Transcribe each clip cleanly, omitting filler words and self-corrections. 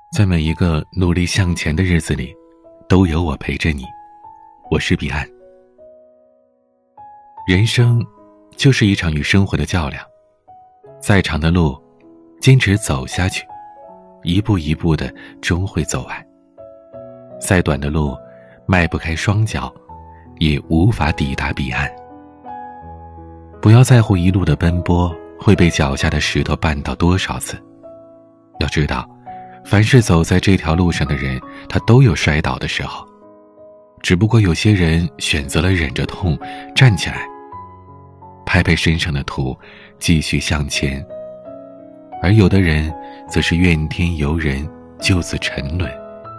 在每一个努力向前的日子里，都有我陪着你。我是彼岸。人生就是一场与生活的较量，再长的路，坚持走下去，一步一步的终会走完；再短的路，迈不开双脚，也无法抵达彼岸。不要在乎一路的奔波会被脚下的石头绊倒多少次，要知道凡是走在这条路上的人，他都有摔倒的时候，只不过有些人选择了忍着痛站起来，拍拍身上的土，继续向前，而有的人则是怨天尤人，就此沉沦。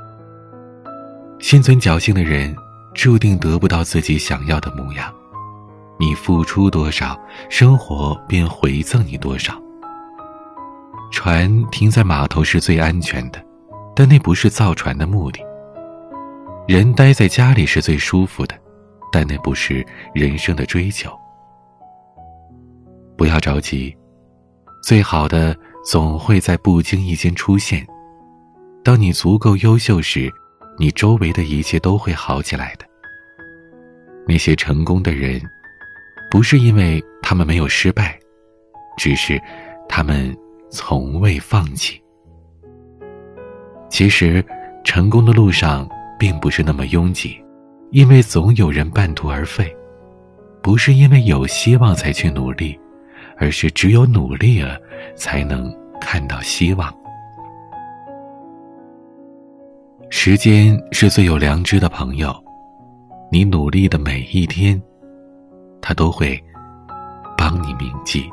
心存侥幸的人注定得不到自己想要的模样，你付出多少，生活便回赠你多少。船停在码头是最安全的，但那不是造船的目的。人待在家里是最舒服的，但那不是人生的追求。不要着急，最好的总会在不经意间出现。当你足够优秀时，你周围的一切都会好起来的。那些成功的人，不是因为他们没有失败，只是他们从未放弃。其实成功的路上并不是那么拥挤，因为总有人半途而废。不是因为有希望才去努力，而是只有努力了才能看到希望。时间是最有良知的朋友，你努力的每一天，他都会帮你铭记。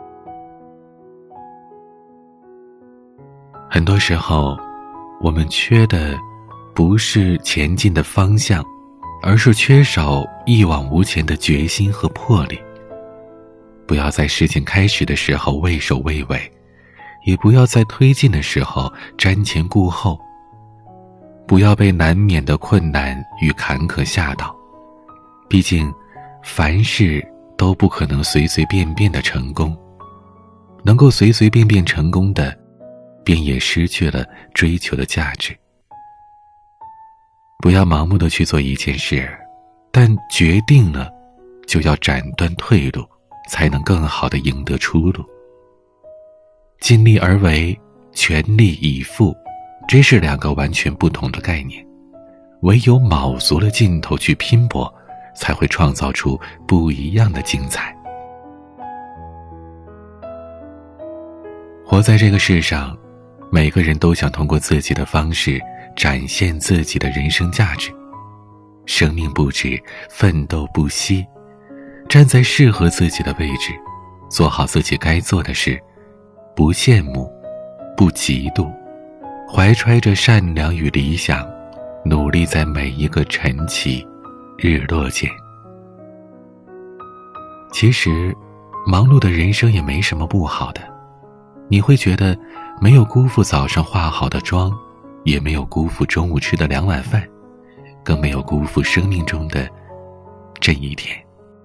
很多时候，我们缺的不是前进的方向，而是缺少一往无前的决心和魄力。不要在事情开始的时候畏首畏尾，也不要在推进的时候瞻前顾后。不要被难免的困难与坎坷吓倒，毕竟凡事都不可能随随便便的成功，能够随随便便成功的，便也失去了追求的价值。不要盲目的去做一件事，但决定了就要斩断退路，才能更好的赢得出路。尽力而为，全力以赴，这是两个完全不同的概念。唯有卯足了劲头去拼搏，才会创造出不一样的精彩。活在这个世上，每个人都想通过自己的方式展现自己的人生价值。生命不止，奋斗不息，站在适合自己的位置，做好自己该做的事，不羡慕，不嫉妒，怀揣着善良与理想，努力在每一个晨起日落间。其实忙碌的人生也没什么不好的，你会觉得没有辜负早上化好的妆，也没有辜负中午吃的2碗饭，更没有辜负生命中的这一天。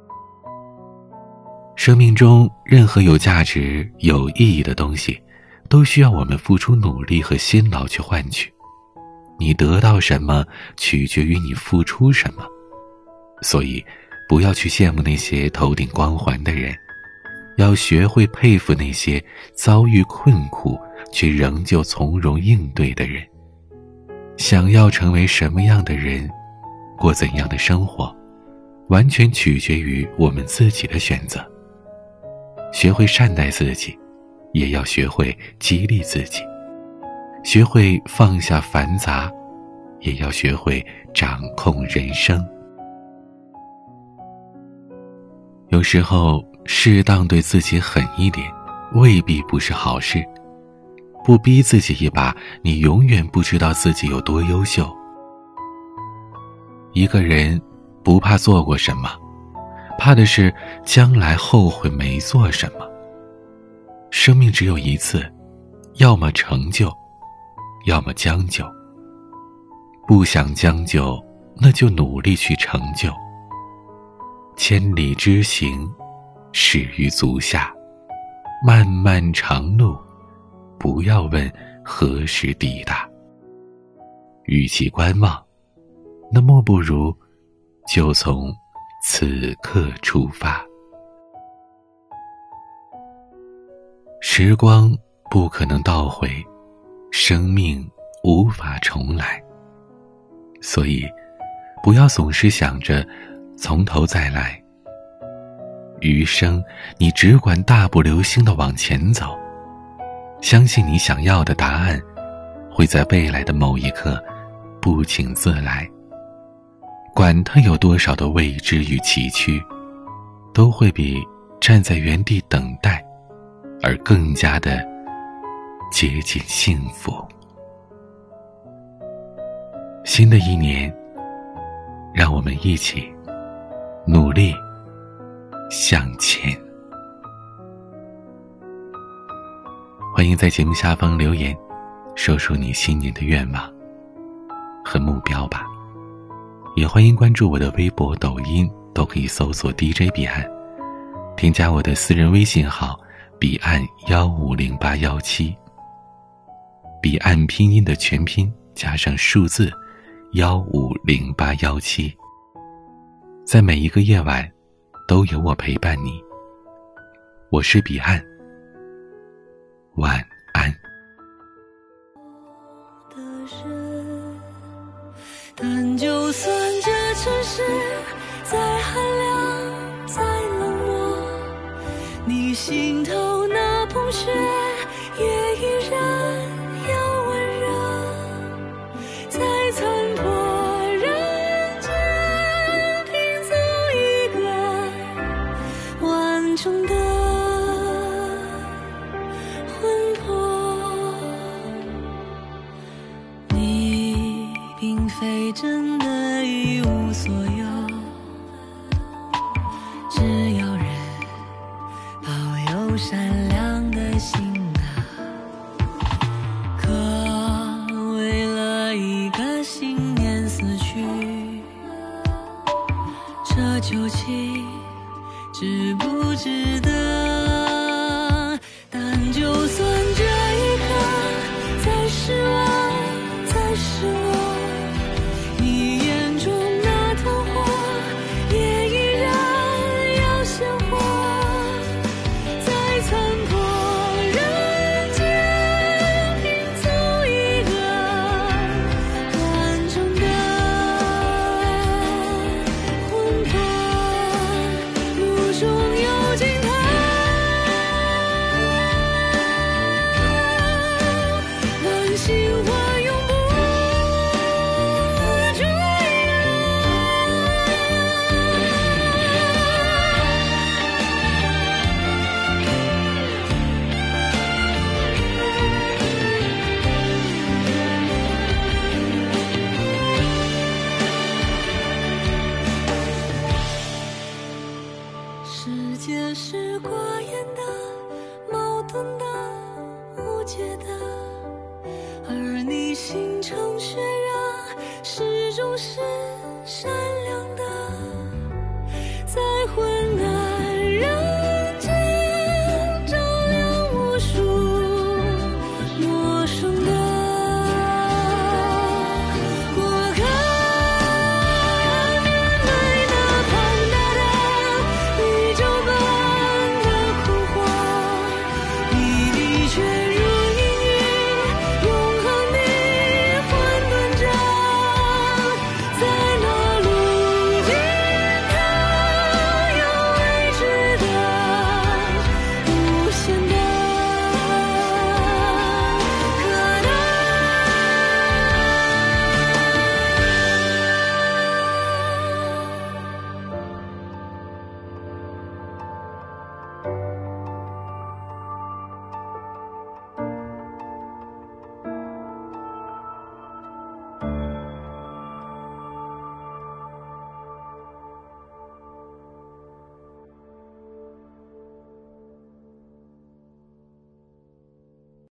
生命中任何有价值有意义的东西，都需要我们付出努力和辛劳去换取。你得到什么取决于你付出什么，所以不要去羡慕那些头顶光环的人，要学会佩服那些遭遇困苦却仍旧从容应对的人。想要成为什么样的人，过怎样的生活，完全取决于我们自己的选择。学会善待自己，也要学会激励自己；学会放下繁杂，也要学会掌控人生。有时候适当对自己狠一点，未必不是好事。不逼自己一把，你永远不知道自己有多优秀。一个人不怕做过什么，怕的是将来后悔没做什么。生命只有一次，要么成就，要么将就。不想将就，那就努力去成就。千里之行，始于足下。漫漫长路，不要问何时抵达。 与其观望，那莫不如就从此刻出发。时光不可能倒回，生命无法重来，所以不要总是想着从头再来。余生你只管大步流星地往前走，相信你想要的答案会在未来的某一刻不请自来。管它有多少的未知与崎岖，都会比站在原地等待而更加的接近幸福。新的一年，让我们一起努力向前。欢迎在节目下方留言，说出你新年的愿望和目标吧。也欢迎关注我的微博、抖音，都可以搜索 DJ 彼岸，添加我的私人微信号彼岸150817，彼岸拼音的全拼加上数字150817。在每一个夜晚都有我陪伴你。我是彼岸，晚安。 但就算这城市再寒凉再冷漠，你心头那捧雪也依然要温热。在残破人间拼凑一个完整的魂魄，你并非真的一无所有，只要人保有善良的心啊。可为了一个信念死去，这究竟值不值得？但就算这一刻再失望再失落，你眼中那团火也依然要鲜活。在残破人间拼凑一个完整的魂魄，路中有尽头，暖心话永不重游。世界是寡言的、矛盾的、无解的，而你心诚血热，始终是善